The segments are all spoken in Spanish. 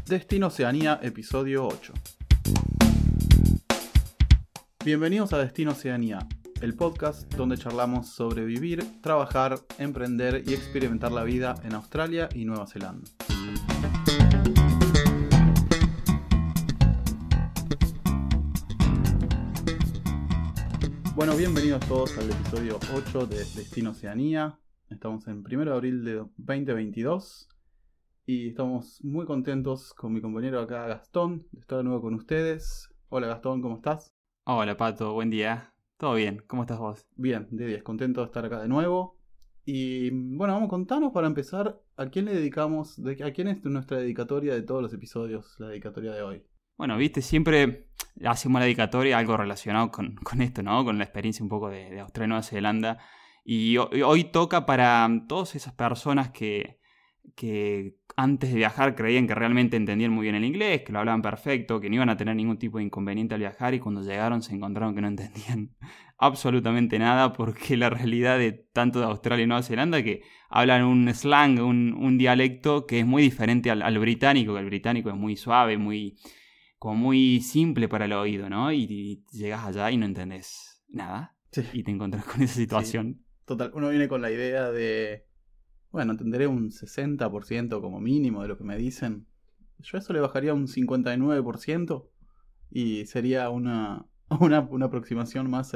Destino Oceanía, episodio 8. Bienvenidos a Destino Oceanía, el podcast donde charlamos sobre vivir, trabajar, emprender y experimentar la vida en Australia y Nueva Zelanda. Bueno, bienvenidos todos al episodio 8 de Destino Oceanía. Estamos en 1 de abril de 2022 y estamos muy contentos con mi compañero acá, Gastón, de estar de nuevo con ustedes. Hola Gastón, ¿cómo estás? Hola Pato, buen día. ¿Todo bien? ¿Cómo estás vos? Bien, de 10, contento de estar acá de nuevo. Y bueno, vamos a contarnos para empezar a quién le dedicamos, a quién es nuestra dedicatoria de todos los episodios, la dedicatoria de hoy. Bueno, viste, siempre hacemos la dedicatoria algo relacionado con esto, ¿no? Con la experiencia un poco de Australia y Nueva Zelanda. Y hoy toca para todas esas personas que antes de viajar creían que realmente entendían muy bien el inglés, que lo hablaban perfecto, que no iban a tener ningún tipo de inconveniente al viajar, y cuando llegaron se encontraron que no entendían absolutamente nada, porque la realidad de tanto de Australia y Nueva Zelanda es que hablan un slang, un dialecto que es muy diferente al británico, que el británico es muy suave, muy simple para el oído, ¿no? Y llegas allá y no entendés nada, Sí. Y te encontrás con esa situación. Sí. Total, uno viene con la idea de, bueno, entenderé un 60% como mínimo de lo que me dicen. Yo a eso le bajaría un 59% y sería una aproximación más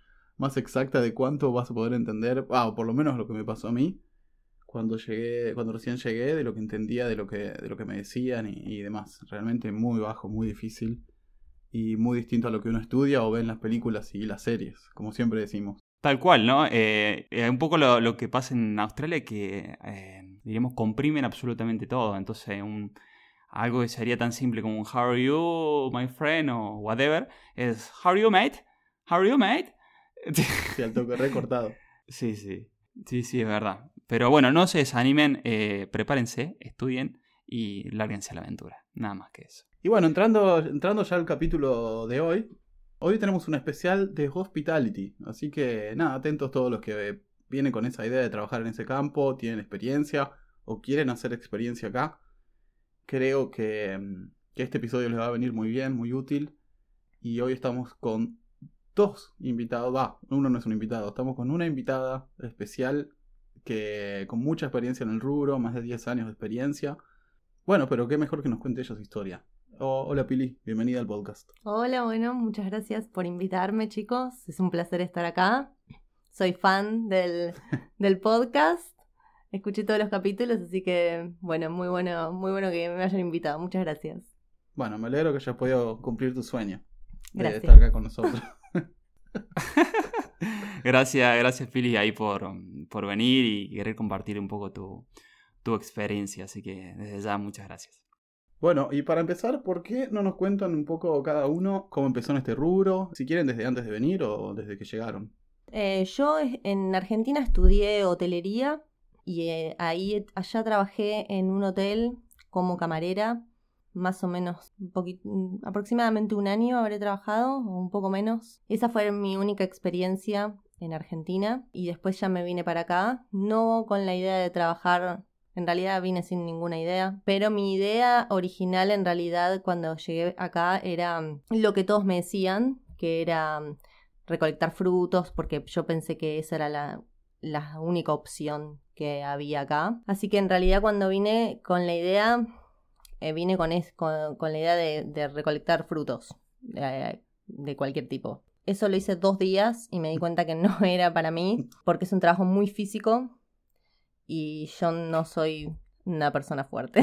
exacta de cuánto vas a poder entender, o por lo menos lo que me pasó a mí cuando recién llegué, de lo que entendía, de lo que me decían y demás. Realmente muy bajo, muy difícil y muy distinto a lo que uno estudia o ve en las películas y las series, como siempre decimos. Tal cual, ¿no? Un poco lo que pasa en Australia, que diríamos comprimen absolutamente todo. Entonces algo que sería tan simple como un "How are you, my friend?" o whatever, es "How are you, mate? How are you, mate?" Sí, al toque recortado. Sí, es verdad. Pero bueno, no se desanimen, prepárense, estudien y lárguense a la aventura. Nada más que eso. Y bueno, entrando ya al capítulo de hoy tenemos un especial de hospitality, así que nada, atentos todos los que vienen con esa idea de trabajar en ese campo, tienen experiencia o quieren hacer experiencia acá. Creo que este episodio les va a venir muy bien, muy útil, y hoy estamos con dos invitados, uno no es un invitado, estamos con una invitada especial que con mucha experiencia en el rubro, más de 10 años de experiencia. Bueno, pero qué mejor que nos cuente ella su historia. Hola Pili, bienvenida al podcast. Hola, bueno, muchas gracias por invitarme, chicos. Es un placer estar acá. Soy fan del podcast. Escuché todos los capítulos, así que bueno, muy bueno que me hayan invitado. Muchas gracias. Bueno, me alegro que hayas podido cumplir tu sueño de Gracias. estar acá con nosotros. Gracias Pili ahí por venir y querer compartir un poco tu experiencia, así que desde ya muchas gracias. Bueno, y para empezar, ¿por qué no nos cuentan un poco cada uno cómo empezó en este rubro? Si quieren desde antes de venir o desde que llegaron. Yo en Argentina estudié hotelería y allá trabajé en un hotel como camarera, más o menos aproximadamente un año habré trabajado, o un poco menos. Esa fue mi única experiencia en Argentina y después ya me vine para acá, no con la idea de trabajar. En realidad vine sin ninguna idea, pero mi idea original en realidad cuando llegué acá era lo que todos me decían, que era recolectar frutos, porque yo pensé que esa era la única opción que había acá. Así que en realidad cuando vine con la idea, vine con la idea de recolectar frutos de cualquier tipo. Eso lo hice 2 días y me di cuenta que no era para mí, porque es un trabajo muy físico. Y yo no soy una persona fuerte.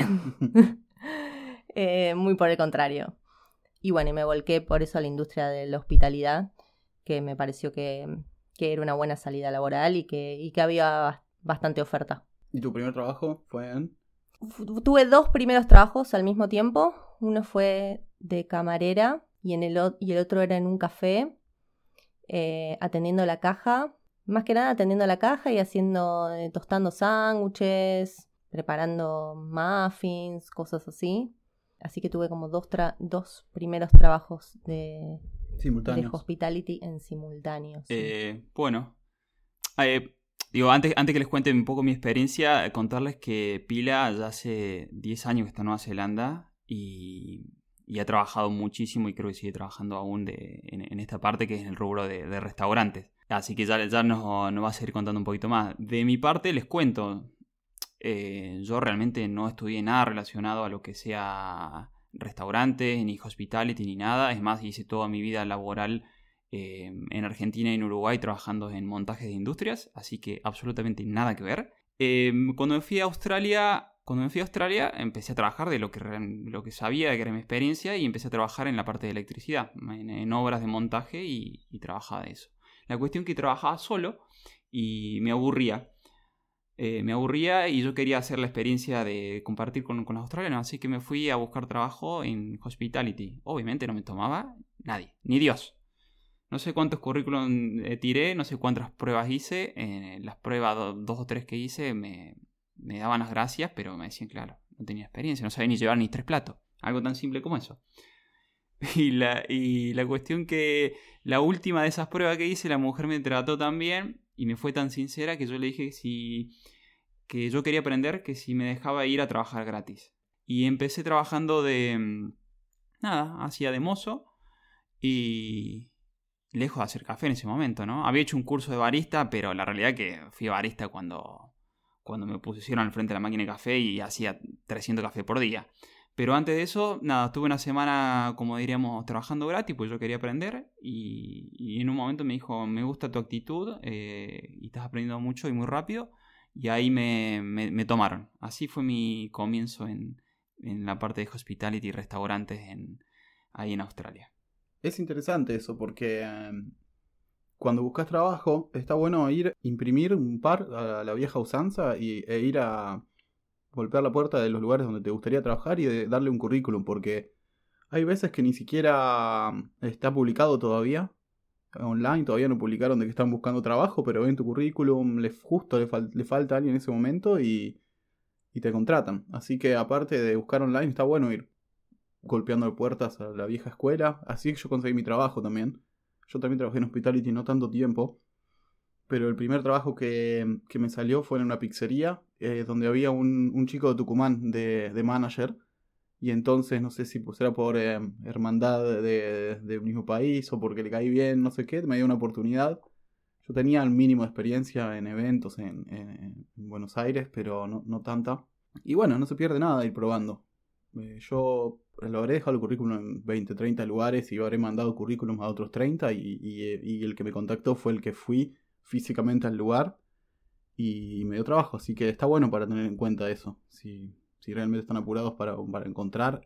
Muy por el contrario. Y bueno, y me volqué por eso a la industria de la hospitalidad, que me pareció que era una buena salida laboral y que había bastante oferta. ¿Y tu primer trabajo fue en? Tuve 2 primeros trabajos al mismo tiempo. Uno fue de camarera y el otro era en un café, atendiendo la caja. Más que nada atendiendo la caja y tostando sándwiches, preparando muffins, cosas así. Así que tuve como 2 primeros trabajos de hospitality en simultáneo. Sí. Bueno, antes que les cuente un poco mi experiencia, contarles que Pila ya hace 10 años que está en Nueva Zelanda y ha trabajado muchísimo y creo que sigue trabajando aún en esta parte que es el rubro de restaurantes. Así que ya nos va a seguir contando un poquito más. De mi parte les cuento, yo realmente no estudié nada relacionado a lo que sea restaurantes, ni hospitality, ni nada. Es más, hice toda mi vida laboral en Argentina y en Uruguay trabajando en montajes de industrias, así que absolutamente nada que ver. Cuando me fui a Australia, empecé a trabajar de lo que sabía, de que era mi experiencia, y empecé a trabajar en la parte de electricidad, en obras de montaje y trabajaba de eso. La cuestión es que trabajaba solo y me aburría. Y yo quería hacer la experiencia de compartir con los australianos, así que me fui a buscar trabajo en hospitality. Obviamente no me tomaba nadie, ni Dios. No sé cuántos currículum tiré, no sé cuántas pruebas hice. Las pruebas 2 o 3 que hice me daban las gracias, pero me decían, claro, no tenía experiencia, no sabía ni llevar ni 3 platos. Algo tan simple como eso. Y la cuestión que la última de esas pruebas que hice, la mujer me trató tan bien y me fue tan sincera que yo le dije que yo quería aprender, que si me dejaba ir a trabajar gratis. Y empecé trabajando hacía de mozo y lejos de hacer café en ese momento, ¿no? Había hecho un curso de barista, pero la realidad es que fui barista cuando me pusieron al frente de la máquina de café y hacía 300 cafés por día. Pero antes de eso, estuve una semana, como diríamos, trabajando gratis, pues yo quería aprender y en un momento me dijo, me gusta tu actitud y estás aprendiendo mucho y muy rápido, y ahí me tomaron. Así fue mi comienzo en la parte de hospitality y restaurantes ahí en Australia. Es interesante eso porque cuando buscas trabajo está bueno imprimir un par a la vieja usanza e ir a golpear la puerta de los lugares donde te gustaría trabajar y darle un currículum, porque hay veces que ni siquiera está publicado todavía online, todavía no publicaron de que están buscando trabajo, pero ven tu currículum, justo le falta alguien en ese momento y te contratan. Así que aparte de buscar online está bueno ir golpeando puertas a la vieja escuela. Así que yo conseguí mi trabajo también. Yo también trabajé en hospitality no tanto tiempo, pero el primer trabajo que me salió fue en una pizzería, donde había un chico de Tucumán de manager. Y entonces no sé si pues era por hermandad del mismo país o porque le caí bien, no sé qué, me dio una oportunidad. Yo tenía el mínimo de experiencia en eventos en Buenos Aires, pero no tanta. Y bueno, no se pierde nada ir probando. Yo lo habré dejado el currículum en 20, 30 lugares y habré mandado currículums a otros 30 y el que me contactó fue el que fui físicamente al lugar y me dio trabajo. Así que está bueno para tener en cuenta eso. Si realmente están apurados para encontrar,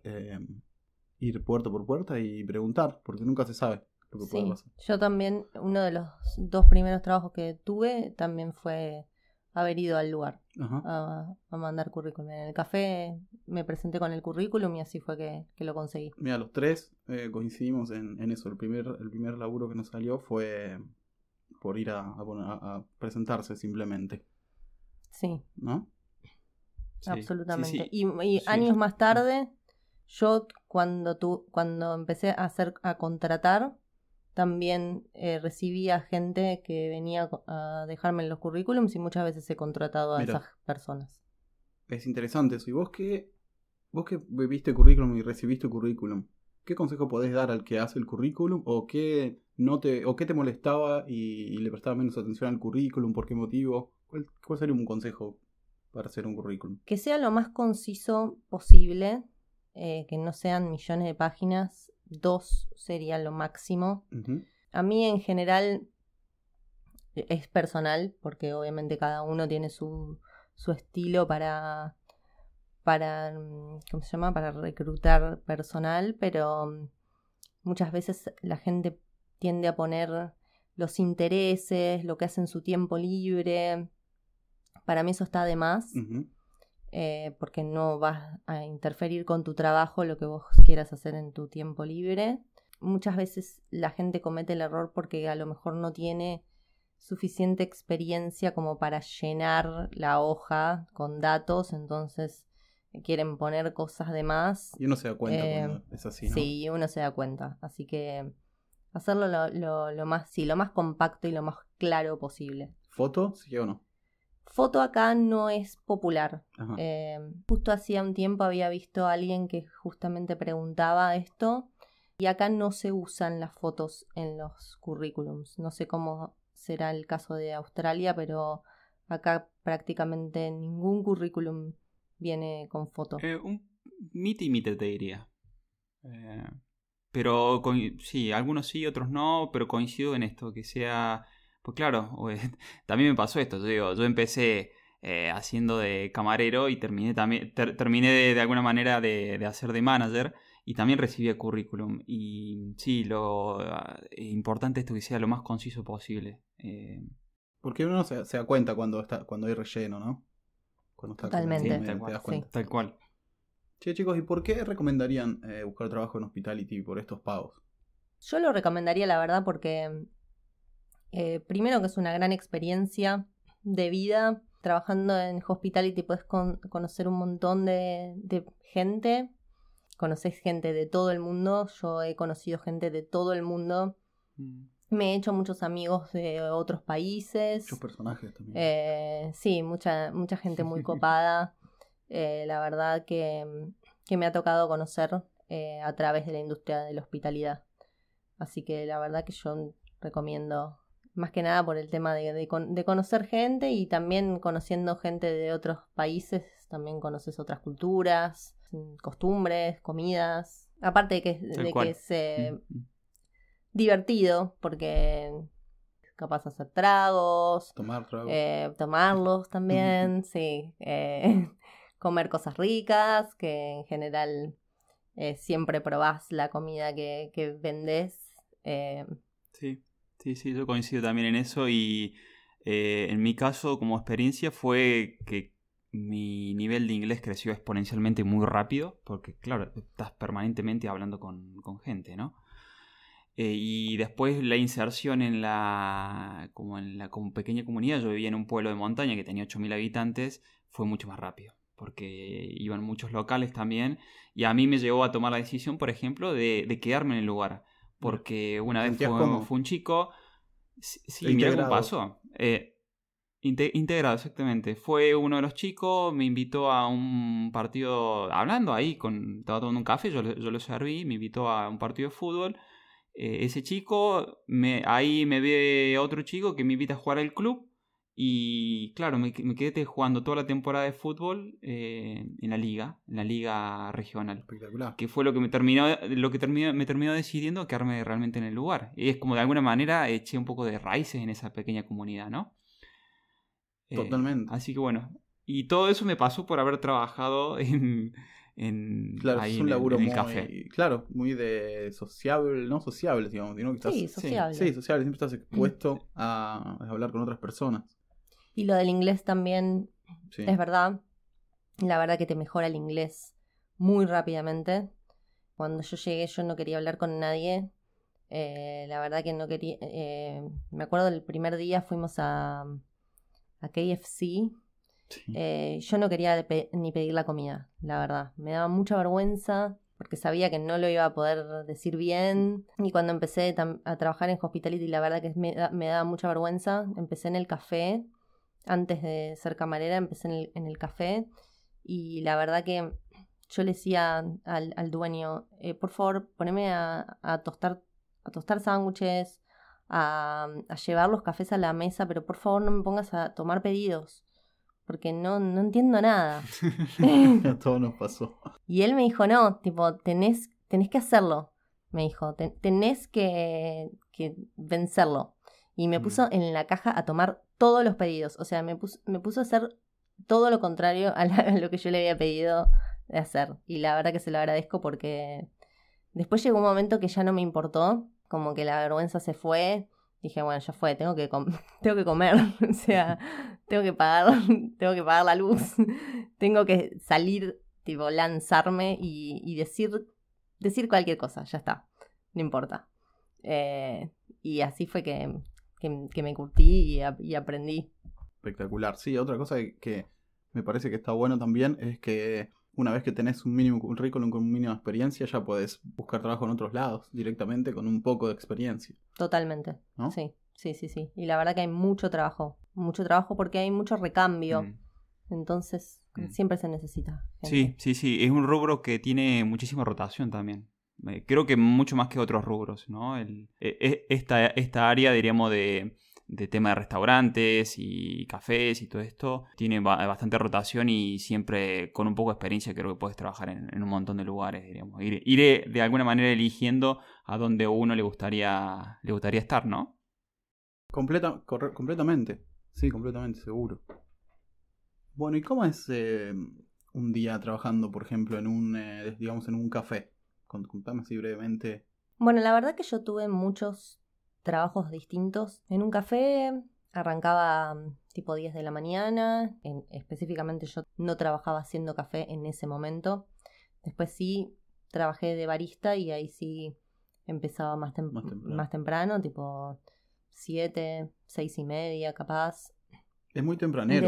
ir puerta por puerta y preguntar, porque nunca se sabe lo que puede pasar. Yo también, uno de los 2 primeros trabajos que tuve también fue haber ido al lugar a mandar currículum. En el café me presenté con el currículum y así fue que lo conseguí. Mira, los 3 coincidimos en eso. El primer laburo que nos salió fue por ir a presentarse simplemente. Sí. ¿No? Sí, absolutamente. sí. Y años más tarde, yo cuando empecé a contratar, también recibía gente que venía a dejarme los currículums y muchas veces he contratado a esas personas. Es interesante eso. ¿Y vos que viste currículum y recibiste currículum, qué consejo podés dar al que hace el currículum o qué te molestaba y le prestaba menos atención al currículum? ¿Por qué motivo? ¿Cuál sería un consejo para hacer un currículum? Que sea lo más conciso posible, que no sean millones de páginas. 2 sería lo máximo. Uh-huh. A mí en general es personal, porque obviamente cada uno tiene su estilo para ¿cómo se llama? Para reclutar personal, pero muchas veces la gente tiende a poner los intereses, lo que hace en su tiempo libre. Para mí eso está de más. Uh-huh. Porque no vas a interferir con tu trabajo, lo que vos quieras hacer en tu tiempo libre. Muchas veces la gente comete el error porque a lo mejor no tiene suficiente experiencia como para llenar la hoja con datos, entonces quieren poner cosas de más. Y uno se da cuenta cuando es así, ¿no? Sí, uno se da cuenta. Así que hacerlo lo más compacto y lo más claro posible. ¿Foto? ¿Sí o no? Foto acá no es popular. Ajá. Justo hacía un tiempo había visto a alguien que justamente preguntaba esto y acá no se usan las fotos en los currículums. No sé cómo será el caso de Australia, pero acá prácticamente ningún currículum viene con foto. Un mite y mite te diría. Pero sí, algunos sí, otros no, pero coincido en esto, que sea... Pues claro, también me pasó esto, yo empecé haciendo de camarero y terminé de alguna manera de hacer de manager y también recibía currículum. Y sí, lo importante es esto, que sea lo más conciso posible. Porque uno se da cuenta cuando hay relleno, ¿no? Cuando está Totalmente. como medio, te das cuenta. Tal cual. Che, chicos, ¿y por qué recomendarían buscar trabajo en hospitality por estos pagos? Yo lo recomendaría, la verdad, porque primero que es una gran experiencia de vida. Trabajando en hospitality puedes conocer un montón de gente. Conocés gente de todo el mundo. Yo he conocido gente de todo el mundo. Me he hecho muchos amigos de otros países. Muchos personajes también. Sí, mucha gente muy copada. La verdad que me ha tocado conocer a través de la industria de la hospitalidad. Así que la verdad que yo recomiendo, más que nada por el tema de conocer gente, y también conociendo gente de otros países, también conoces otras culturas, costumbres, comidas. Aparte de que es divertido, porque capaz de hacer tragos, Tomar tragos. Tomarlos también, sí. Comer cosas ricas, que en general siempre probás la comida que vendés. Sí, yo coincido también en eso y en mi caso como experiencia fue que mi nivel de inglés creció exponencialmente muy rápido porque claro, estás permanentemente hablando con gente, ¿no? Y después la inserción en como pequeña comunidad, yo vivía en un pueblo de montaña que tenía 8.000 habitantes, fue mucho más rápido porque iban muchos locales también y a mí me llevó a tomar la decisión, por ejemplo, de quedarme en el lugar. Porque una vez fue un chico... Sí, mira cómo pasó. Integrado, exactamente. Fue uno de los chicos, me invitó a un partido... Hablando ahí, estaba tomando un café, yo lo serví, me invitó a un partido de fútbol. Ese chico, ahí me ve otro chico que me invita a jugar al club. Y claro, me quedé jugando toda la temporada de fútbol en la liga regional. Espectacular. Que fue lo que me terminó decidiendo quedarme realmente en el lugar. Y es como de alguna manera eché un poco de raíces en esa pequeña comunidad, ¿no? Totalmente. Así que bueno. Y todo eso me pasó por haber trabajado claro, ahí es un laburo en el muy, café. Claro, muy de sociable, no sociable, digamos, sino que estás, Sí, sociable. Sí, sociable, siempre estás expuesto a hablar con otras personas. Y lo del inglés también Sí. es verdad. La verdad que te mejora el inglés muy rápidamente. Cuando yo llegué yo no quería hablar con nadie. La verdad que no quería... me acuerdo del primer día fuimos a KFC. Sí. Yo no quería ni pedir la comida, la verdad. Me daba mucha vergüenza porque sabía que no lo iba a poder decir bien. Y cuando empecé a trabajar en hospitality, la verdad que me daba mucha vergüenza. Empecé en el café. Antes de ser camarera empecé en el café. Y la verdad que yo le decía al dueño, por favor, poneme a tostar sándwiches, a llevar los cafés a la mesa, pero por favor no me pongas a tomar pedidos, porque no entiendo nada. A todos nos pasó. Y él me dijo, no, tipo, tenés que hacerlo. Me dijo, tenés que vencerlo. Y me puso en la caja a tomar todos los pedidos. O sea, me puso a hacer todo lo contrario a lo que yo le había pedido de hacer. Y la verdad que se lo agradezco porque después llegó un momento que ya no me importó. Como que la vergüenza se fue. Dije, bueno, ya fue, tengo que comer. O sea, tengo que pagar la luz. Tengo que salir, tipo, lanzarme y decir cualquier cosa. Ya está, no importa. Y así fue que me curtí y aprendí. Espectacular. Sí, otra cosa que me parece que está bueno también es que una vez que tenés un mínimo currículum con un mínimo de experiencia, ya podés buscar trabajo en otros lados directamente con un poco de experiencia. Totalmente, ¿no? sí. Sí. Y la verdad que hay mucho trabajo porque hay mucho recambio. Entonces, siempre se necesita gente. Sí. Es un rubro que tiene muchísima rotación también. Creo que mucho más que otros rubros, ¿no? Esta área, diríamos, de tema de restaurantes y cafés y todo esto, tiene bastante rotación y siempre con un poco de experiencia creo que puedes trabajar en un montón de lugares, diríamos. Ir de alguna manera eligiendo a donde uno le gustaría estar, ¿no? Completamente. Sí, completamente, seguro. Bueno, ¿y cómo es un día trabajando, por ejemplo, en un café? Contame así brevemente. Bueno, la verdad que yo tuve muchos trabajos distintos. En un café arrancaba tipo 10 de la mañana. Específicamente yo no trabajaba haciendo café en ese momento. Después sí trabajé de barista y ahí sí empezaba más temprano, tipo 7, 6:30 capaz. Es muy tempranero.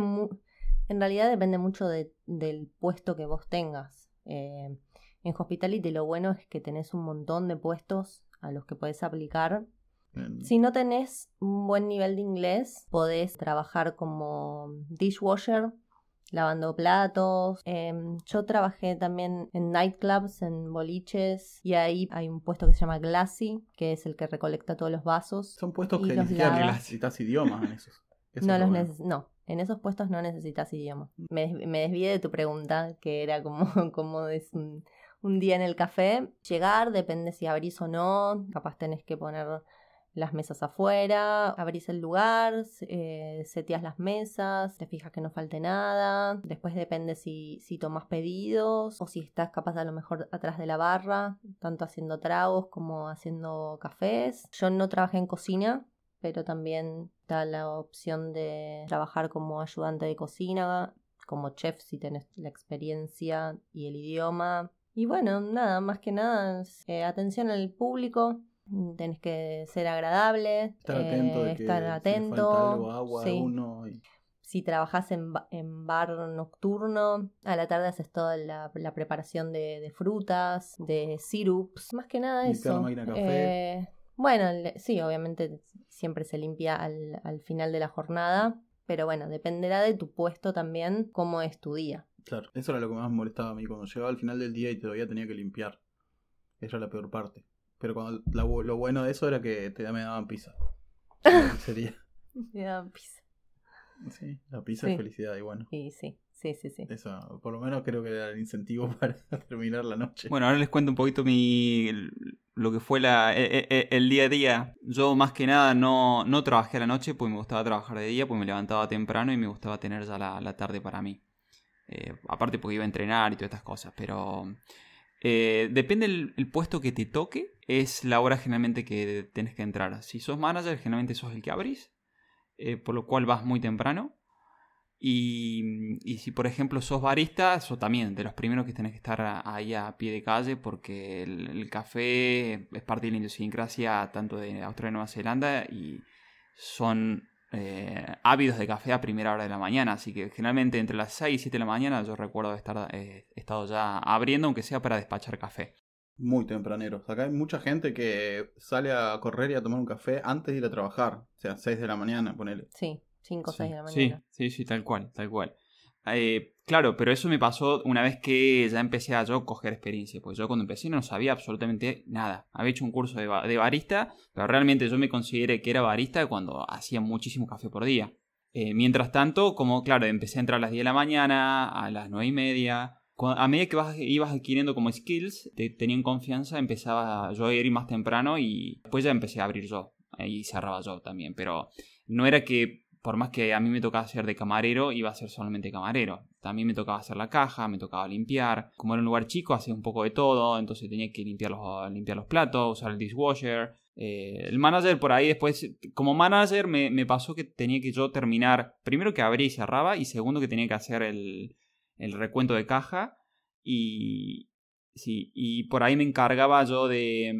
En realidad depende mucho del puesto que vos tengas. En Hospitality lo bueno es que tenés un montón de puestos a los que podés aplicar. Si no tenés un buen nivel de inglés, podés trabajar como dishwasher, lavando platos. Yo trabajé también en nightclubs, en boliches, y ahí hay un puesto que se llama Glassy, que es el que recolecta todos los vasos. Son puestos que ni siquiera necesitas idiomas en esos. No, en esos puestos no necesitas idioma. Me desvié de tu pregunta, que era como es un día en el café. Llegar, depende si abrís o no. Capaz tenés que poner las mesas afuera, abrís el lugar, seteás las mesas, te fijas que no falte nada. Después depende si tomás pedidos o si estás capaz a lo mejor atrás de la barra, tanto haciendo tragos como haciendo cafés. Yo no trabajé en cocina, pero también está la opción de trabajar como ayudante de cocina, como chef si tenés la experiencia y el idioma. Y bueno, nada, más que nada, atención al público, tenés que ser agradable, estar atento, si falta algo, agua, sí. Y... Si trabajás en bar nocturno, a la tarde haces toda la preparación de frutas, de sirups, más que nada limpiar eso. La máquina de café. Bueno, sí, obviamente siempre se limpia al final de la jornada, pero bueno, dependerá de tu puesto también, cómo es tu día. Claro, eso era lo que más me molestaba a mí, cuando llegaba al final del día y todavía tenía que limpiar. Esa era la peor parte. Pero cuando lo bueno de eso era que me daban pizza. Sería. Me daban pizza. Sí, la pizza es felicidad y bueno. Sí. Eso, por lo menos creo que era el incentivo para terminar la noche. Bueno, ahora les cuento un poquito lo que fue el día a día. Yo más que nada no trabajé a la noche porque me gustaba trabajar de día, porque me levantaba temprano y me gustaba tener ya la tarde para mí. Aparte porque iba a entrenar y todas estas cosas, pero depende el puesto que te toque, es la hora generalmente que tenés que entrar. Si sos manager, generalmente sos el que abrís, por lo cual vas muy temprano. Y si por ejemplo sos barista, sos también de los primeros que tenés que estar ahí a pie de calle, porque el café es parte de la idiosincrasia tanto de Australia y Nueva Zelanda y son ávidos de café a primera hora de la mañana, así que generalmente entre las 6 y 7 de la mañana yo recuerdo estar estado ya abriendo, aunque sea para despachar café. Muy tempraneros. Acá hay mucha gente que sale a correr y a tomar un café antes de ir a trabajar, o sea, 6 de la mañana, ponele. Sí. 5 o 6 de la mañana. Sí, tal cual. Claro, pero eso me pasó una vez que ya empecé a yo coger experiencia. Pues yo cuando empecé no sabía absolutamente nada. Había hecho un curso de barista, pero realmente yo me consideré que era barista cuando hacía muchísimo café por día. Mientras tanto, como claro, empecé a entrar a las 10 de la mañana, a las 9:30. A medida que ibas adquiriendo como skills, tenían confianza, empezaba yo a ir más temprano y después ya empecé a abrir yo. Y cerraba yo también, pero no era que... Por más que a mí me tocaba hacer de camarero, iba a ser solamente camarero. También me tocaba hacer la caja, me tocaba limpiar. Como era un lugar chico, hacía un poco de todo. Entonces tenía que limpiar los platos, usar el dishwasher. El manager por ahí después... Como manager me pasó que tenía que yo terminar... Primero que abría y cerraba. Y segundo que tenía que hacer el recuento de caja. Y por ahí me encargaba yo de...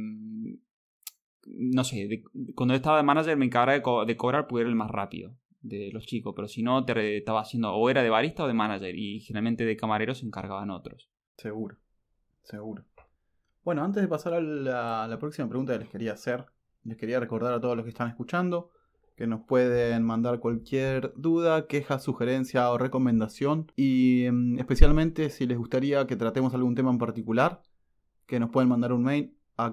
No sé, cuando estaba de manager me encargaba de cobrar porque era el más rápido de los chicos, pero si no te estaba haciendo o era de barista o de manager y generalmente de camarero se encargaban otros. Seguro. Bueno, antes de pasar a la próxima pregunta que les quería hacer, les quería recordar a todos los que están escuchando que nos pueden mandar cualquier duda, queja, sugerencia o recomendación. Y especialmente si les gustaría que tratemos algún tema en particular, que nos pueden mandar un mail a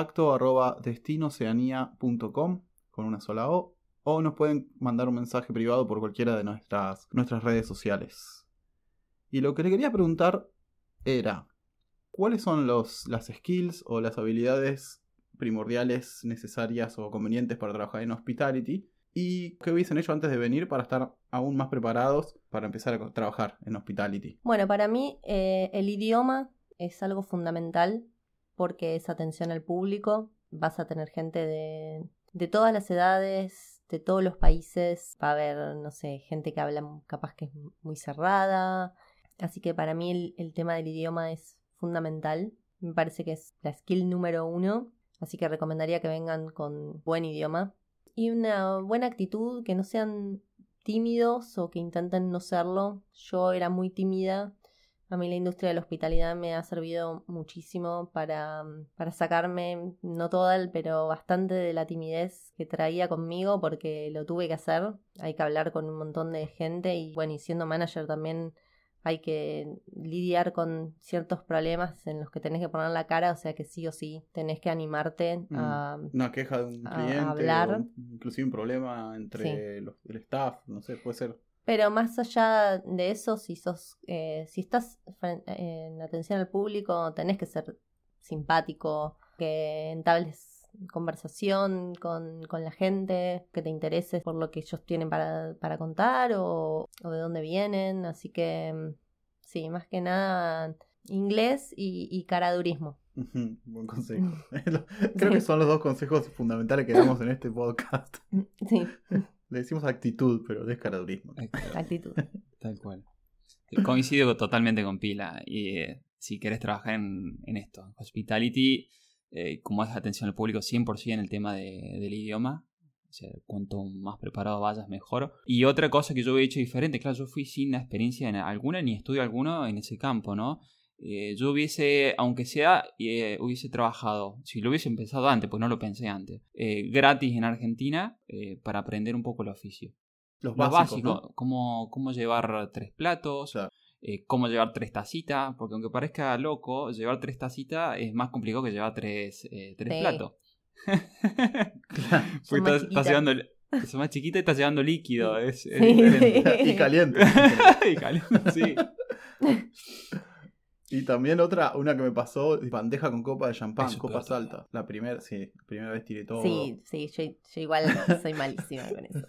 contacto@destinoceania.com con una sola o nos pueden mandar un mensaje privado por cualquiera de nuestras redes sociales. Y lo que le quería preguntar era, ¿cuáles son las skills o las habilidades primordiales necesarias o convenientes para trabajar en hospitality? ¿Y qué hubiesen hecho antes de venir para estar aún más preparados para empezar a trabajar en hospitality? Bueno, para mí el idioma es algo fundamental porque es atención al público. Vas a tener gente de todas las edades, de todos los países. Va a haber, no sé, gente que habla capaz que es muy cerrada. Así que para mí el tema del idioma es fundamental. Me parece que es la skill número 1. Así que recomendaría que vengan con buen idioma. Y una buena actitud, que no sean tímidos o que intenten no serlo. Yo era muy tímida. A mí la industria de la hospitalidad me ha servido muchísimo para sacarme, no toda, pero bastante de la timidez que traía conmigo porque lo tuve que hacer. Hay que hablar con un montón de gente y bueno, y siendo manager también hay que lidiar con ciertos problemas en los que tenés que poner la cara, o sea que sí o sí tenés que animarte a una queja de un cliente, hablar. O inclusive un problema entre el staff, no sé, puede ser. Pero más allá de eso, si estás en atención al público, tenés que ser simpático, que entables conversación con la gente, que te intereses por lo que ellos tienen para contar o de dónde vienen. Así que sí, más que nada inglés y caradurismo. Buen consejo. Creo que son los 2 consejos fundamentales que damos en este podcast. Sí. Le decimos actitud, pero es caradurismo. Actitud. Tal cual. Coincido totalmente con Pila. Y si querés trabajar en esto, hospitality, como es atención al público, 100% el tema del idioma. O sea, cuanto más preparado vayas, mejor. Y otra cosa que yo he hecho diferente, claro, yo fui sin experiencia en alguna, ni estudio alguno en ese campo, ¿no? Yo hubiese, aunque sea, hubiese trabajado, si lo hubiese empezado antes, pues no lo pensé antes, gratis en Argentina para aprender un poco el oficio. Los básicos, ¿no? Cómo llevar 3 platos, claro. Cómo llevar 3 tacitas, porque aunque parezca loco, llevar 3 tacitas es más complicado que llevar 3 platos. Claro. Porque estás llevando... Es más chiquita y estás llevando líquido. Sí. Es diferente. Y caliente. Y caliente, sí. Y también una que me pasó, bandeja con copa de champán, Eso copas peor. altas. La primera vez tiré todo. Sí, yo igual soy malísima con eso.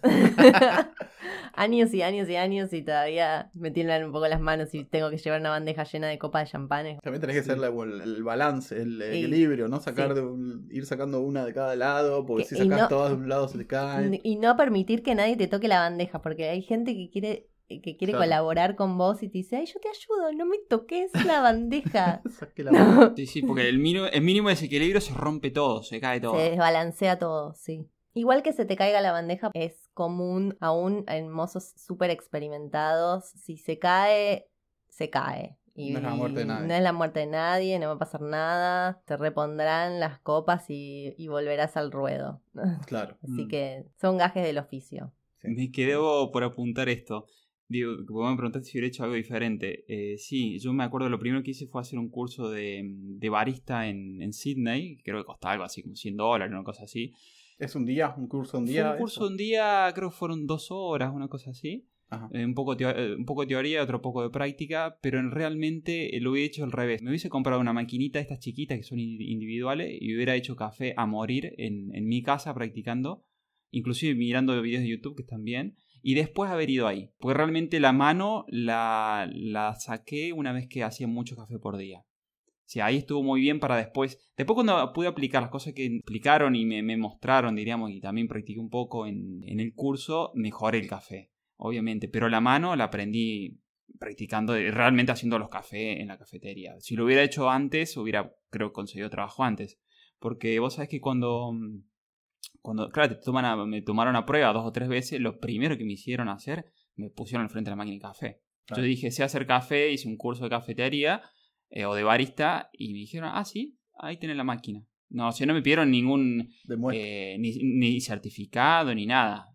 Años y años y años y todavía me tiemblan un poco las manos y tengo que llevar una bandeja llena de copas de champanes. También tenés que hacer el balance, el equilibrio, ¿no? Ir sacando una de cada lado, porque si sacás todas de un lado se te caen. Y no permitir que nadie te toque la bandeja, porque hay gente que quiere claro, colaborar con vos y te dice, ay, yo te ayudo, no me toques la bandeja. No. Sí, porque el mínimo desequilibrio se rompe todo, se cae todo. Se desbalancea todo, sí. Igual que se te caiga la bandeja es común aún en mozos súper experimentados. Si se cae, se cae. Y no es la muerte de nadie. No es la muerte de nadie, no va a pasar nada. Te repondrán las copas y volverás al ruedo. Claro. Así que son gajes del oficio. Sí. Me quedó por apuntar esto. Digo, vos me preguntaste si hubiera hecho algo diferente. Sí, yo me acuerdo lo primero que hice fue hacer un curso de barista en Sydney. Creo que costaba algo así como $100, una cosa así. ¿Es un día? ¿Un curso un día? Fue un curso de un día, creo que fueron 2 horas, una cosa así. Un poco de teoría, otro poco de práctica, pero realmente lo hubiera hecho al revés. Me hubiese comprado una maquinita de estas chiquitas que son individuales y hubiera hecho café a morir en mi casa practicando, inclusive mirando videos de YouTube que están bien, y después haber ido ahí. Porque realmente la mano la saqué una vez que hacía mucho café por día. O sea, ahí estuvo muy bien para después. Después cuando pude aplicar las cosas que explicaron y me mostraron, diríamos, y también practiqué un poco en el curso, mejoré el café, obviamente. Pero la mano la aprendí practicando, realmente haciendo los cafés en la cafetería. Si lo hubiera hecho antes, hubiera, creo, conseguido trabajo antes. Porque vos sabés que cuando claro, me tomaron a prueba 2 o 3 veces, lo primero que me hicieron hacer, me pusieron al frente de la máquina de café. Claro. Yo dije, sé hacer café, hice un curso de cafetería o de barista y me dijeron, sí, ahí tenés la máquina. No, si no me pidieron ningún Demuestra. ni certificado ni nada.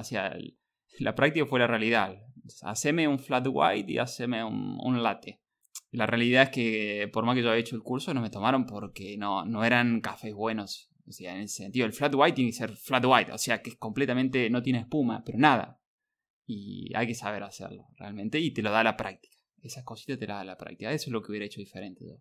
La práctica fue la realidad. Haceme un flat white y haceme un latte. La realidad es que por más que yo haya hecho el curso, no me tomaron porque no eran cafés buenos. O sea, en ese sentido, el flat white tiene que ser flat white. O sea, que es completamente, no tiene espuma, pero nada. Y hay que saber hacerlo, realmente. Y te lo da la práctica. Esas cositas te las da la práctica. Eso es lo que hubiera hecho diferente yo.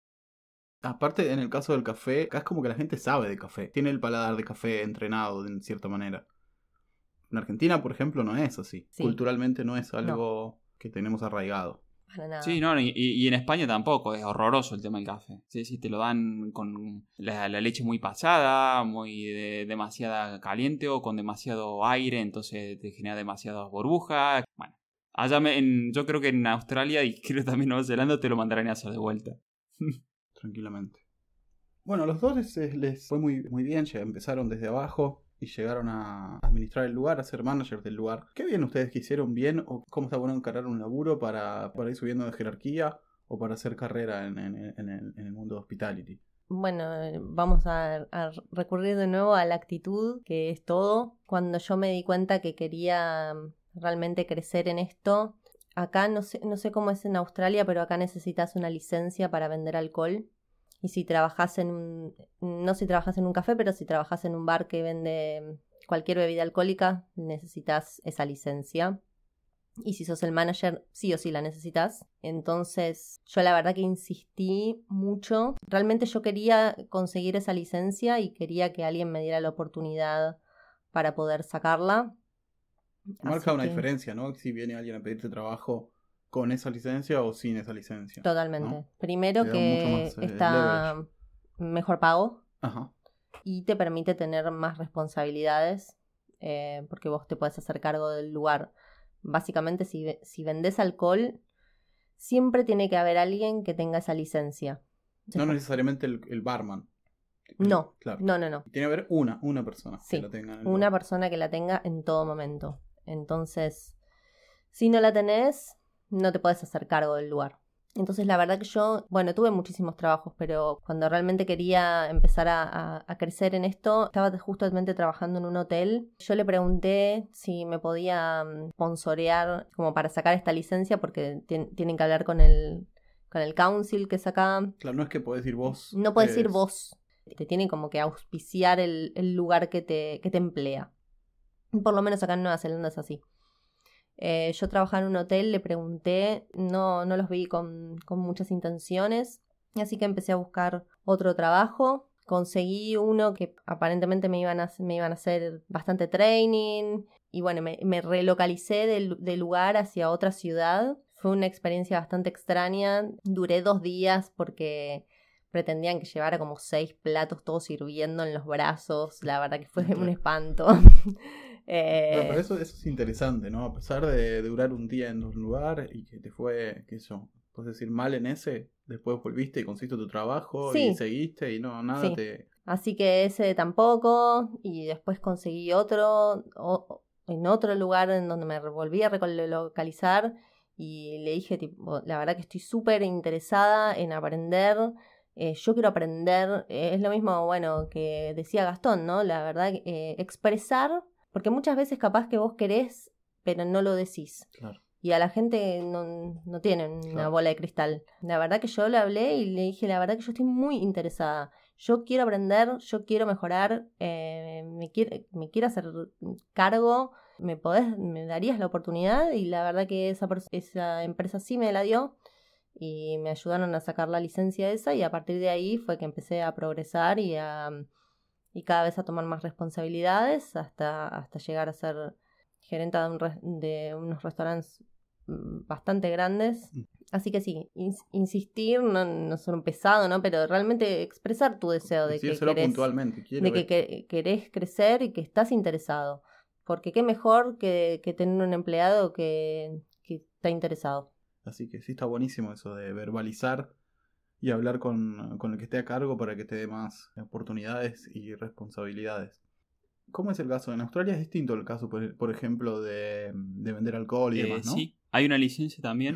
Aparte, en el caso del café, acá es como que la gente sabe de café. Tiene el paladar de café entrenado en cierta manera. En Argentina, por ejemplo, no es así. Sí. Culturalmente no es algo que tenemos arraigado. Para nada. Sí, no, y en España tampoco, es horroroso el tema del café. Sí, te lo dan con la leche muy pasada, muy demasiada caliente o con demasiado aire, entonces te genera demasiadas burbujas. Bueno, yo creo que en Australia y creo también en Nueva Zelanda te lo mandarán a hacer de vuelta. Tranquilamente. Bueno, a los dos les fue muy, muy bien, empezaron desde abajo y llegaron a administrar el lugar, a ser managers del lugar. ¿Qué bien ustedes que hicieron bien o cómo está bueno encarar un laburo para ir subiendo de jerarquía o para hacer carrera en el mundo de hospitality? Bueno, vamos a recurrir de nuevo a la actitud, que es todo. Cuando yo me di cuenta que quería realmente crecer en esto, acá no sé cómo es en Australia, pero acá necesitas una licencia para vender alcohol. Y si trabajas no si trabajas en un café, pero si trabajas en un bar que vende cualquier bebida alcohólica, necesitas esa licencia. Y si sos el manager, sí o sí la necesitas. Entonces, yo la verdad que insistí mucho. Realmente yo quería conseguir esa licencia y quería que alguien me diera la oportunidad para poder sacarla. Marca una diferencia, ¿no? Si viene alguien a pedirte trabajo con esa licencia o sin esa licencia. Totalmente. ¿No? Primero que está leverage. mejor pago. Ajá. Y te permite tener más responsabilidades porque vos te puedes hacer cargo del lugar. Básicamente, si vendés alcohol, siempre tiene que haber alguien que tenga esa licencia. No necesariamente el barman. No, claro. no. Tiene que haber una persona Sí, que la tenga. una persona que la tenga en todo momento. Entonces, si no la tenés, no te podés hacer cargo del lugar. Entonces la verdad que yo, tuve muchísimos trabajos, pero cuando realmente quería empezar a crecer en esto, estaba justamente trabajando en un hotel. Yo le pregunté si me podía sponsorear como para sacar esta licencia, porque tienen que hablar con el council que es acá. Claro, no es que podés ir vos. No podés ir vos. Te tienen como que auspiciar el lugar que te emplea. Por lo menos acá en Nueva Zelanda es así. Yo trabajaba en un hotel, le pregunté, no los vi con muchas intenciones, así que empecé a buscar otro trabajo. Conseguí uno que aparentemente me iban a hacer bastante training y bueno, me relocalicé del lugar hacia otra ciudad. Fue una experiencia bastante extraña, duré 2 días porque pretendían que llevara como 6 platos todos hirviendo en los brazos, la verdad que fue un espanto. Pero eso es interesante, ¿no? A pesar de durar un día en un lugar y que te fue, puedes decir mal en ese, después volviste y conseguiste tu trabajo sí. Y seguiste y nada sí. te... Así que ese tampoco, y después conseguí otro en otro lugar en donde me volví a relocalizar y le dije, tipo, la verdad que estoy súper interesada en aprender. Yo quiero aprender, es lo mismo, que decía Gastón, ¿no? La verdad, expresar, porque muchas veces capaz que vos querés, pero no lo decís. Claro. Y a la gente no tiene una bola de cristal. La verdad que yo le hablé y le dije, la verdad que yo estoy muy interesada. Yo quiero aprender, yo quiero mejorar, me quiero hacer cargo, me darías la oportunidad, y la verdad que esa empresa sí me la dio. Y me ayudaron a sacar la licencia esa y a partir de ahí fue que empecé a progresar y cada vez a tomar más responsabilidades hasta llegar a ser gerenta de unos restaurantes bastante grandes. Así que sí, insistir, no ser un pesado, ¿no? Pero realmente expresar tu deseo de que querés, puntualmente. Que querés crecer y que estás interesado. Porque qué mejor que tener un empleado que está interesado. Así que sí está buenísimo eso de verbalizar y hablar con el que esté a cargo para que te dé más oportunidades y responsabilidades. ¿Cómo es el caso? En Australia es distinto el caso, por ejemplo, de vender alcohol y demás, ¿no? Sí, hay una licencia también,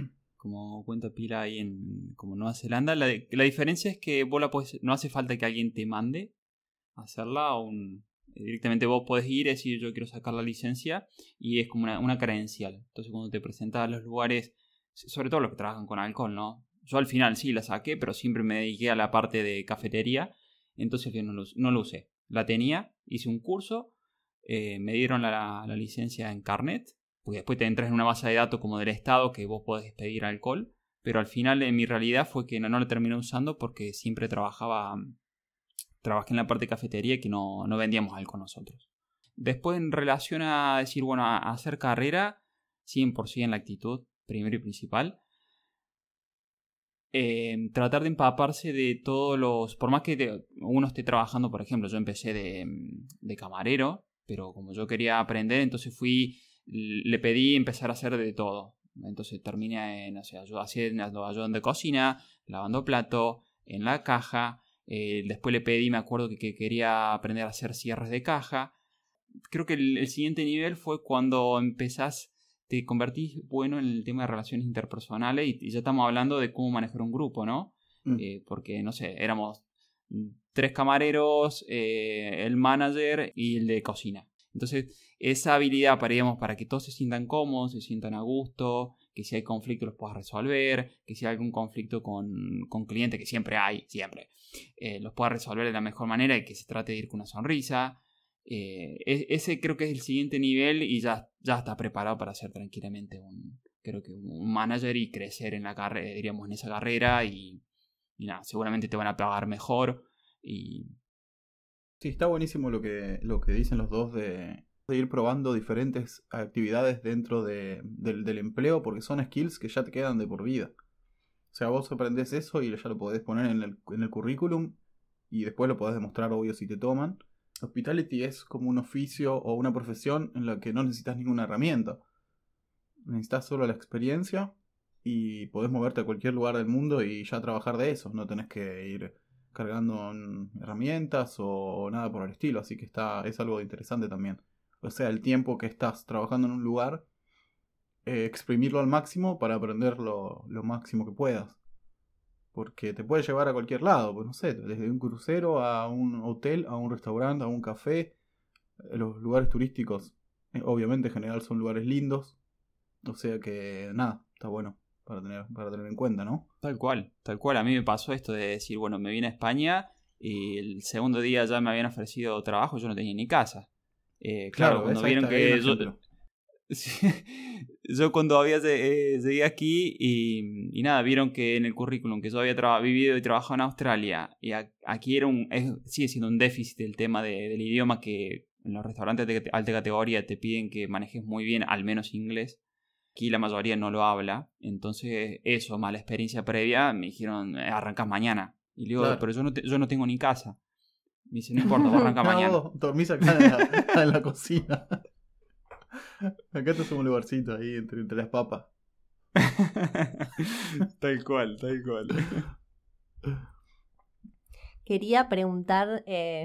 como cuenta Pila ahí en como Nueva Zelanda. La diferencia es que vos no hace falta que alguien te mande a hacerla. Directamente vos podés ir y decir yo quiero sacar la licencia y es como una credencial. Entonces cuando te presentas a los lugares, sobre todo los que trabajan con alcohol, ¿no? Yo al final sí la saqué, pero siempre me dediqué a la parte de cafetería. Entonces yo no lo usé. La tenía, hice un curso, me dieron la licencia en carnet. Porque después te entras en una base de datos como del estado que vos podés pedir alcohol. Pero al final en mi realidad fue que no la terminé usando porque siempre trabajé en la parte de cafetería y que no vendíamos alcohol nosotros. Después en relación a decir, bueno, a hacer carrera, 100% la actitud, primero y principal. Tratar de empaparse de todos los... Por más que uno esté trabajando, por ejemplo, yo empecé de camarero, pero como yo quería aprender, entonces le pedí empezar a hacer de todo. Entonces terminé en, ayudando de cocina, lavando plato, en la caja. Después le pedí, me acuerdo que quería aprender a hacer cierres de caja. Creo que el siguiente nivel fue cuando te convertís bueno en el tema de relaciones interpersonales y ya estamos hablando de cómo manejar un grupo, ¿no? Porque, no sé, éramos 3 camareros, el manager y el de cocina. Entonces, esa habilidad para que todos se sientan cómodos, se sientan a gusto, que si hay conflicto los puedas resolver, que si hay algún conflicto con cliente, que siempre hay, los puedas resolver de la mejor manera y que se trate de ir con una sonrisa. Ese creo que es el siguiente nivel y ya está preparado para ser tranquilamente un manager y crecer en la carrera, diríamos, en esa carrera y nada, seguramente te van a pagar mejor y... Sí, está buenísimo lo que dicen los dos de ir probando diferentes actividades dentro del empleo, porque son skills que ya te quedan de por vida. O sea, vos aprendés eso y ya lo podés poner en el currículum y después lo podés demostrar, obvio, si te toman. Hospitality es como un oficio o una profesión en la que no necesitas ninguna herramienta. Necesitas solo la experiencia y podés moverte a cualquier lugar del mundo y ya trabajar de eso. No tenés que ir cargando herramientas o nada por el estilo. Así que es algo interesante también. O sea, el tiempo que estás trabajando en un lugar, exprimirlo al máximo para aprender lo máximo que puedas. Porque te puede llevar a cualquier lado, pues no sé, desde un crucero a un hotel, a un restaurante, a un café. Los lugares turísticos, obviamente en general son lugares lindos. O sea que nada, está bueno para tener en cuenta, ¿no? Tal cual. A mí me pasó esto de decir, bueno, me vine a España y el segundo día ya me habían ofrecido trabajo, yo no tenía ni casa. Claro, cuando vieron que yo cuando llegué aquí y nada, vieron que en el currículum que yo había vivido y trabajado en Australia y aquí sigue siendo un déficit el tema del idioma, que en los restaurantes de alta categoría te piden que manejes muy bien al menos inglés. Aquí la mayoría no lo habla, entonces eso, más la experiencia previa, me dijeron arrancás mañana y le digo, claro, pero yo no tengo ni casa. Me dice, no importa, vos arrancás mañana. Vos dormís acá en la cocina. Acá te hacemos un lugarcito ahí entre las papas. Tal cual. Quería preguntar,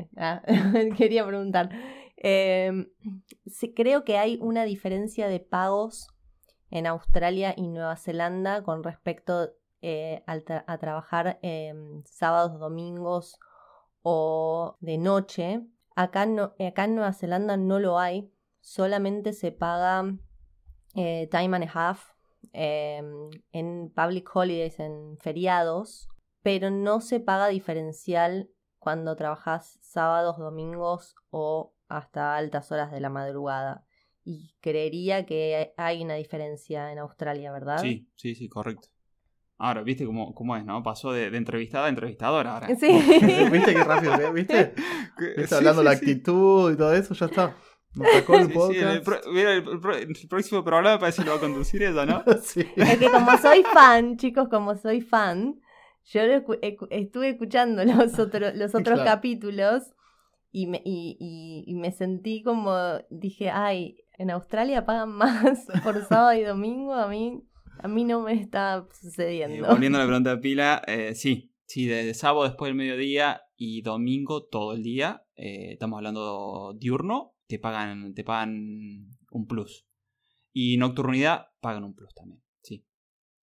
creo que hay una diferencia de pagos en Australia y Nueva Zelanda con respecto a trabajar sábados, domingos o de noche. Acá en Nueva Zelanda no lo hay. Solamente se paga time and a half en public holidays, en feriados, pero no se paga diferencial cuando trabajas sábados, domingos o hasta altas horas de la madrugada. Y creería que hay una diferencia en Australia, ¿verdad? Sí, correcto. Ahora, ¿viste cómo es, no? Pasó de entrevistada a entrevistadora ahora. Sí. ¿Viste qué rápido? ¿Viste? Está hablando la actitud y todo eso, ya está. Nos sacó el podcast. El próximo programa parece que lo va a conducir ella, ¿no? Sí. Es que como soy fan, chicos, yo estuve escuchando los otros claro, capítulos y me sentí como, dije, ay, en Australia pagan más por sábado y domingo, a mí no me está sucediendo. Volviendo a la pregunta de Pila, sí, de sábado después del mediodía y domingo todo el día, estamos hablando diurno, te pagan un plus. Y nocturnidad pagan un plus también, sí.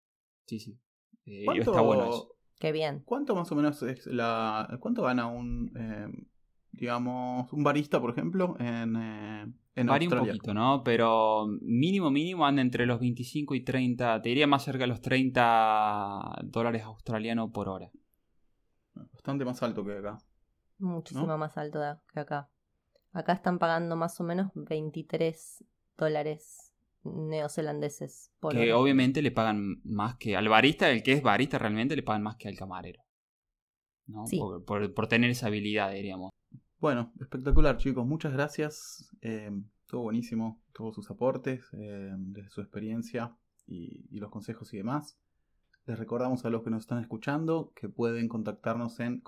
Sí. ¿Cuánto, está bueno eso. Qué bien. ¿Cuánto más o menos es cuánto gana un, digamos, un barista, por ejemplo, en Varía un Australia? poquito, ¿no? Pero mínimo anda entre los 25 y 30, te diría más cerca de los $30 australianos por hora. Bastante más alto que acá. Muchísimo ¿No? más alto que acá. Acá están pagando más o menos $23 neozelandeses por Que hora. obviamente le pagan más que al barista, el que es barista realmente le pagan más que al camarero, ¿no? Sí. Por tener esa habilidad, diríamos. Bueno, espectacular, chicos. Muchas gracias. Todo buenísimo. Todos sus aportes, desde su experiencia y los consejos y demás. Les recordamos a los que nos están escuchando que pueden contactarnos en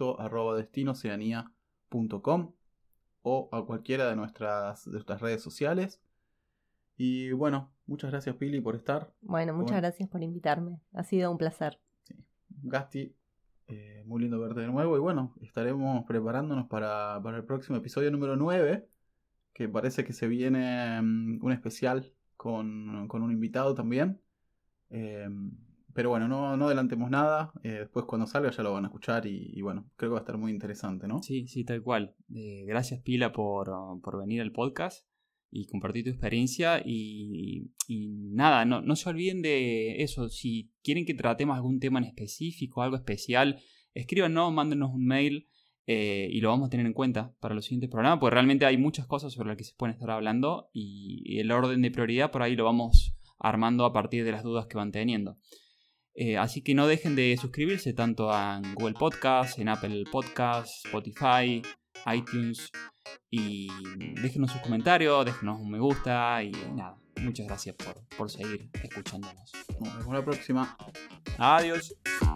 contacto@destinoceanía.com o a cualquiera de nuestras redes sociales. Y bueno, muchas gracias, Pili, por estar. Bueno, muchas gracias por invitarme. Ha sido un placer. Sí. Gasti, muy lindo verte de nuevo. Y bueno, estaremos preparándonos para el próximo episodio número 9, que parece que se viene un especial con un invitado también. Pero bueno, no adelantemos nada. Después cuando salga ya lo van a escuchar y bueno, creo que va a estar muy interesante, ¿no? Sí, tal cual. Gracias, Pila, por venir al podcast y compartir tu experiencia. Y nada, no se olviden de eso. Si quieren que tratemos algún tema en específico, algo especial, escríbanos, mándenos un mail y lo vamos a tener en cuenta para los siguientes programas, porque realmente hay muchas cosas sobre las que se pueden estar hablando y el orden de prioridad por ahí lo vamos armando a partir de las dudas que van teniendo. Así que no dejen de suscribirse tanto en Google Podcast, en Apple Podcast, Spotify, iTunes. Y déjenos sus comentarios, déjenos un me gusta y nada. Muchas gracias por seguir escuchándonos. Nos vemos la próxima. Adiós.